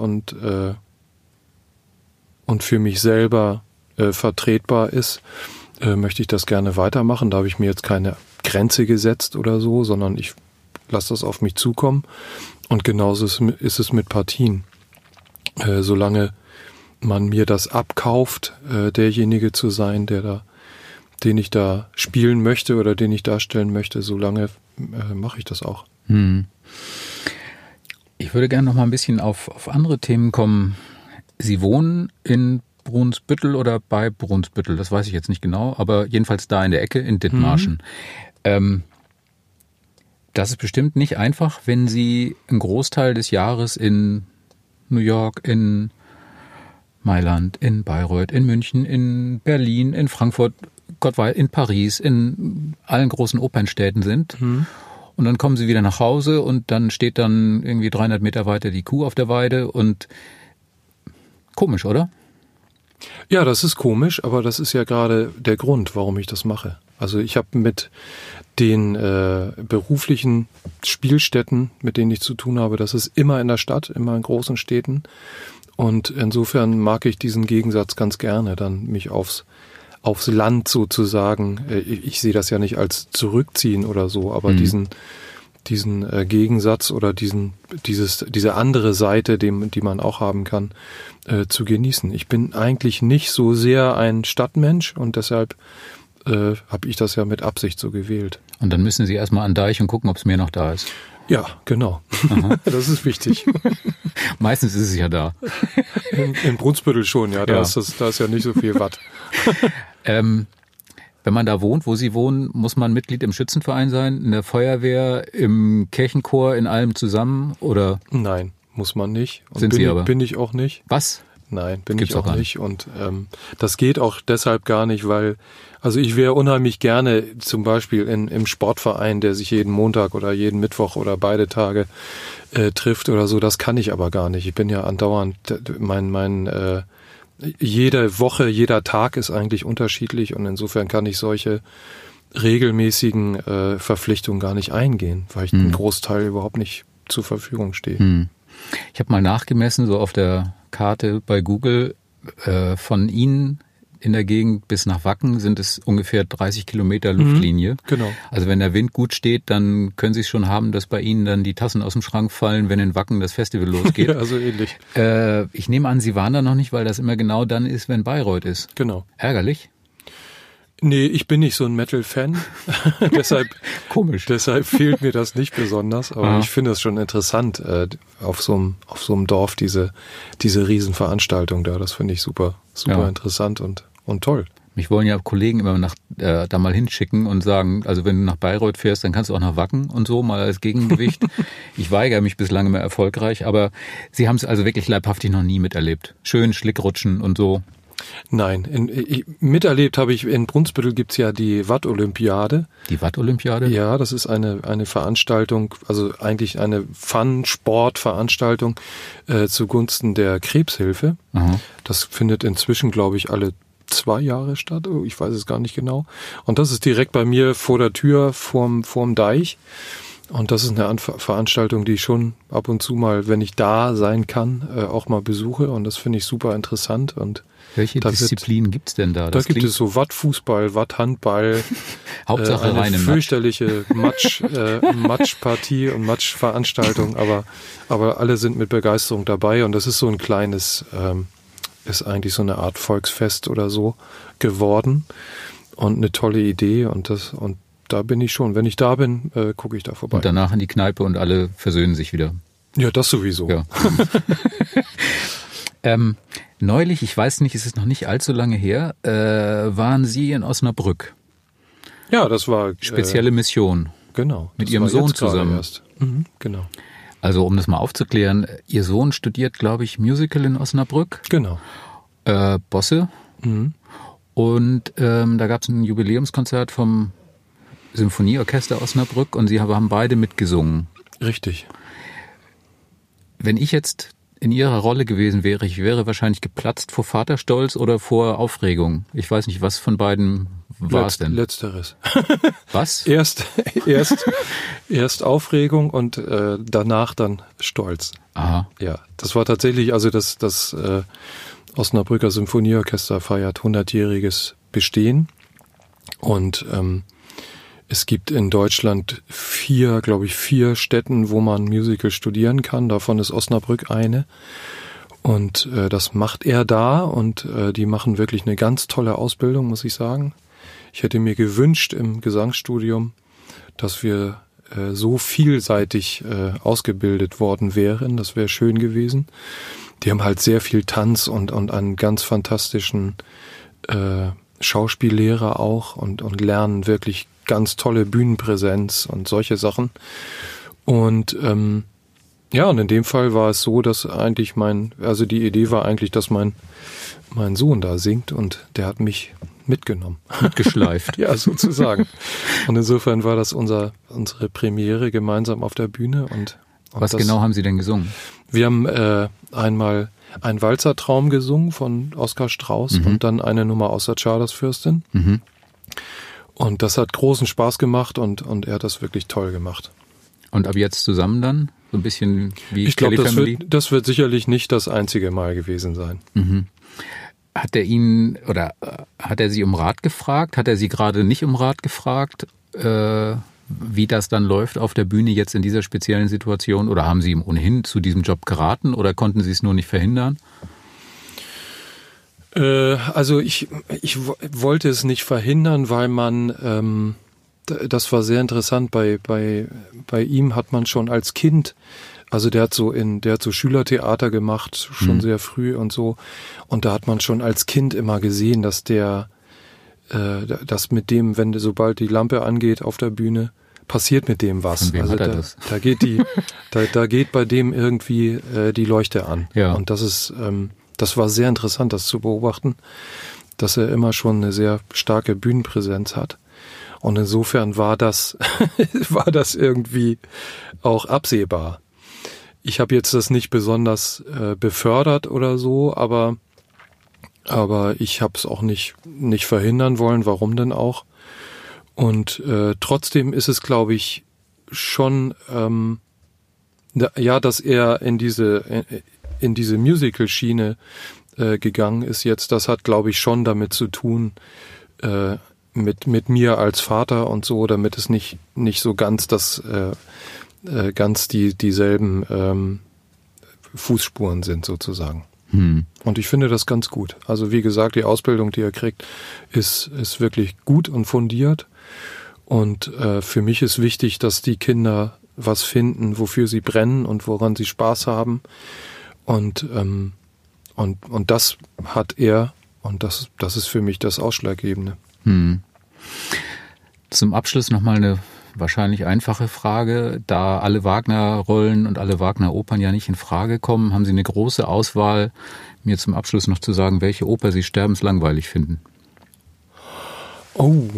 für mich selber vertretbar ist, möchte ich das gerne weitermachen. Da habe ich mir jetzt keine Grenze gesetzt oder so, sondern ich lasse das auf mich zukommen. Und genauso ist es mit Partien. Solange man mir das abkauft, derjenige zu sein, den ich da spielen möchte oder den ich darstellen möchte, solange mache ich das auch. Ich würde gerne noch mal ein bisschen auf andere Themen kommen. Sie wohnen in Brunsbüttel oder bei Brunsbüttel, das weiß ich jetzt nicht genau, aber jedenfalls da in der Ecke in Dithmarschen. Das ist bestimmt nicht einfach, wenn Sie einen Großteil des Jahres in New York, in Mailand, in Bayreuth, in München, in Berlin, in Frankfurt, Gott weiß, in Paris, in allen großen Opernstädten sind. Und dann kommen Sie wieder nach Hause und dann steht dann irgendwie 300 Meter weiter die Kuh auf der Weide und komisch, oder? Ja, das ist komisch, aber das ist ja gerade der Grund, warum ich das mache. Also ich habe mit den beruflichen Spielstätten, mit denen ich zu tun habe, das ist immer in der Stadt, immer in großen Städten. Und insofern mag ich diesen Gegensatz ganz gerne, dann mich aufs Land sozusagen. Ich sehe das ja nicht als Zurückziehen oder so, aber diesen Gegensatz oder diese andere Seite, die man auch haben kann, zu genießen. Ich bin eigentlich nicht so sehr ein Stadtmensch und deshalb habe ich das ja mit Absicht so gewählt. Und dann müssen Sie erstmal an Deich und gucken, ob es mehr noch da ist. Ja, genau. Das ist wichtig. Meistens ist es ja da. In Brunsbüttel schon, ja. Da ist ja nicht so viel Watt. Wenn man da wohnt, wo Sie wohnen, muss man Mitglied im Schützenverein sein, in der Feuerwehr, im Kirchenchor, in allem zusammen, oder? Nein, muss man nicht. Und Sind Sie aber? Bin ich auch nicht. Was? Nein, bin ich auch nicht. Und das geht auch deshalb gar nicht, weil, also ich wäre unheimlich gerne zum Beispiel im Sportverein, der sich jeden Montag oder jeden Mittwoch oder beide Tage trifft oder so. Das kann ich aber gar nicht. Ich bin ja andauernd, jede Woche, jeder Tag ist eigentlich unterschiedlich und insofern kann ich solche regelmäßigen Verpflichtungen gar nicht eingehen, weil ich einen Großteil überhaupt nicht zur Verfügung stehe. Ich habe mal nachgemessen, so auf der Karte bei Google, von Ihnen in der Gegend bis nach Wacken sind es ungefähr 30 Kilometer Luftlinie. Genau. Also wenn der Wind gut steht, dann können Sie es schon haben, dass bei Ihnen dann die Tassen aus dem Schrank fallen, wenn in Wacken das Festival losgeht. Ja, so ähnlich. Ich nehme an, Sie waren da noch nicht, weil das immer genau dann ist, wenn Bayreuth ist. Genau. Ärgerlich? Nee, ich bin nicht so ein Metal-Fan. Deshalb, komisch. Deshalb fehlt mir das nicht besonders. Aber ich finde es schon interessant, auf so einem Dorf diese Riesenveranstaltung da. Das finde ich super interessant und toll. Mich wollen ja Kollegen immer da mal hinschicken und sagen, also wenn du nach Bayreuth fährst, dann kannst du auch nach Wacken und so, mal als Gegengewicht. Ich weigere mich bislang immer erfolgreich, aber Sie haben es also wirklich leibhaftig noch nie miterlebt. Schön Schlickrutschen und so. Nein, miterlebt habe ich, in Brunsbüttel gibt's ja die Watt-Olympiade. Die Watt-Olympiade? Ja, das ist eine Veranstaltung, also eigentlich eine Fun-Sport-Veranstaltung zugunsten der Krebshilfe. Aha. Das findet inzwischen, glaube ich, alle 2 Jahre statt. Oh, ich weiß es gar nicht genau. Und das ist direkt bei mir vor der Tür vorm Deich. Und das ist eine Veranstaltung, die ich schon ab und zu mal, wenn ich da sein kann, auch mal besuche. Und das finde ich super interessant. Und welche Disziplinen gibt's denn da? Da gibt es so Wattfußball, Watthandball, Hauptsache eine reine fürchterliche Matschpartie und Matschveranstaltung, aber alle sind mit Begeisterung dabei und das ist so ein kleines, ist eigentlich so eine Art Volksfest oder so geworden und eine tolle Idee und da bin ich schon. Wenn ich da bin, gucke ich da vorbei. Und danach in die Kneipe und alle versöhnen sich wieder. Ja, das sowieso. Ja. Neulich, ich weiß nicht, es ist noch nicht allzu lange her, waren Sie in Osnabrück. Ja, das war spezielle Mission. Genau. Mit Ihrem Sohn zusammen. Genau. Also um das mal aufzuklären, Ihr Sohn studiert, glaube ich, Musical in Osnabrück. Genau. Bosse. Mhm. Und da gab es ein Jubiläumskonzert vom Symphonieorchester Osnabrück und Sie haben beide mitgesungen. Richtig. Wenn ich jetzt in Ihrer Rolle gewesen wäre, ich wäre wahrscheinlich geplatzt vor Vaterstolz oder vor Aufregung. Ich weiß nicht, was von beiden war es denn? Letzteres. Was? Erst Aufregung und danach dann Stolz. Aha. Ja, das war tatsächlich, also das Osnabrücker Symphonieorchester feiert 100-jähriges Bestehen und es gibt in Deutschland 4 Städten, wo man Musical studieren kann. Davon ist Osnabrück eine. Und das macht er da und die machen wirklich eine ganz tolle Ausbildung, muss ich sagen. Ich hätte mir gewünscht im Gesangsstudium, dass wir so vielseitig ausgebildet worden wären. Das wäre schön gewesen. Die haben halt sehr viel Tanz und einen ganz fantastischen Schauspiellehrer auch und lernen wirklich ganz tolle Bühnenpräsenz und solche Sachen. Und und in dem Fall war es so, dass eigentlich die Idee war eigentlich, dass mein Sohn da singt und der hat mich mitgenommen. Mitgeschleift. Ja, sozusagen. Und insofern war das unsere Premiere gemeinsam auf der Bühne. Und was genau haben Sie denn gesungen? Wir haben einmal ein Walzertraum gesungen von Oskar Strauß und dann eine Nummer aus der Chardersfürstin. Mhm. Und das hat großen Spaß gemacht und er hat das wirklich toll gemacht. Und ab jetzt zusammen dann? So ein bisschen wie ich glaube, das wird sicherlich nicht das einzige Mal gewesen sein. Mhm. Hat er Sie um Rat gefragt? Hat er Sie gerade nicht um Rat gefragt, wie das dann läuft auf der Bühne jetzt in dieser speziellen Situation? Oder haben Sie ihm ohnehin zu diesem Job geraten oder konnten Sie es nur nicht verhindern? Also ich wollte es nicht verhindern, weil man, das war sehr interessant, bei ihm hat man schon als Kind, also der hat so Schülertheater gemacht, schon sehr früh und so, und da hat man schon als Kind immer gesehen, dass das mit dem, sobald die Lampe angeht auf der Bühne, passiert mit dem was. Von wem also hat er das? Da geht bei dem irgendwie die Leuchte an. Ja. Und das war sehr interessant, das zu beobachten, dass er immer schon eine sehr starke Bühnenpräsenz hat. Und insofern war das irgendwie auch absehbar. Ich habe jetzt das nicht besonders befördert oder so, aber ich habe es auch nicht verhindern wollen. Warum denn auch? Und trotzdem ist es, glaube ich, schon, dass er in diese Musical-Schiene gegangen ist jetzt, das hat, glaube ich, schon damit zu tun, mit mir als Vater und so, damit es nicht so ganz dieselben Fußspuren sind sozusagen. Und ich finde das ganz gut. Also wie gesagt, die Ausbildung, die er kriegt, ist wirklich gut und fundiert. Und für mich ist wichtig, dass die Kinder was finden, wofür sie brennen und woran sie Spaß haben. Und das hat er, und das ist für mich das Ausschlaggebende. Zum Abschluss nochmal eine wahrscheinlich einfache Frage. Da alle Wagner-Rollen und alle Wagner-Opern ja nicht in Frage kommen, haben Sie eine große Auswahl, mir zum Abschluss noch zu sagen, welche Oper Sie sterbenslangweilig finden? Oh,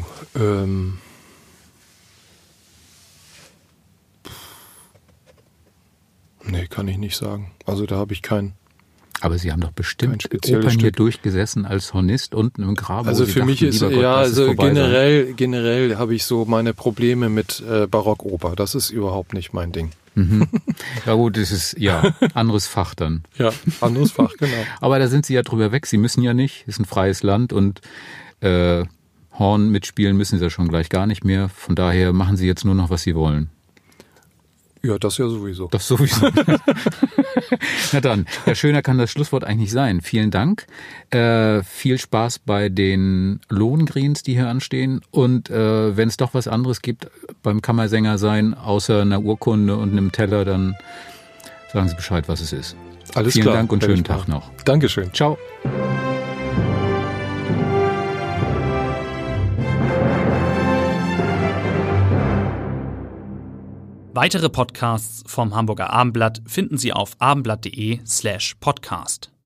nee, kann ich nicht sagen. Also da habe ich keinen. Aber Sie haben doch bestimmt Opern hier durchgesessen als Hornist unten im Graben. Also für mich ist, generell habe ich so meine Probleme mit Barockoper. Das ist überhaupt nicht mein Ding. Ja gut, das ist anderes Fach dann. Ja, anderes Fach, genau. Aber da sind Sie ja drüber weg. Sie müssen ja nicht. Ist ein freies Land und Horn mitspielen müssen Sie ja schon gleich gar nicht mehr. Von daher machen Sie jetzt nur noch, was Sie wollen. Ja, das ja sowieso. Das sowieso. Na dann, Herr Schöner kann das Schlusswort eigentlich sein. Vielen Dank. Viel Spaß bei den Lohengreens, die hier anstehen. Und wenn es doch was anderes gibt beim Kammersänger sein, außer einer Urkunde und einem Teller, dann sagen Sie Bescheid, was es ist. Alles Vielen klar. Dank und schönen Tag noch. Dankeschön. Ciao. Weitere Podcasts vom Hamburger Abendblatt finden Sie auf abendblatt.de/podcast.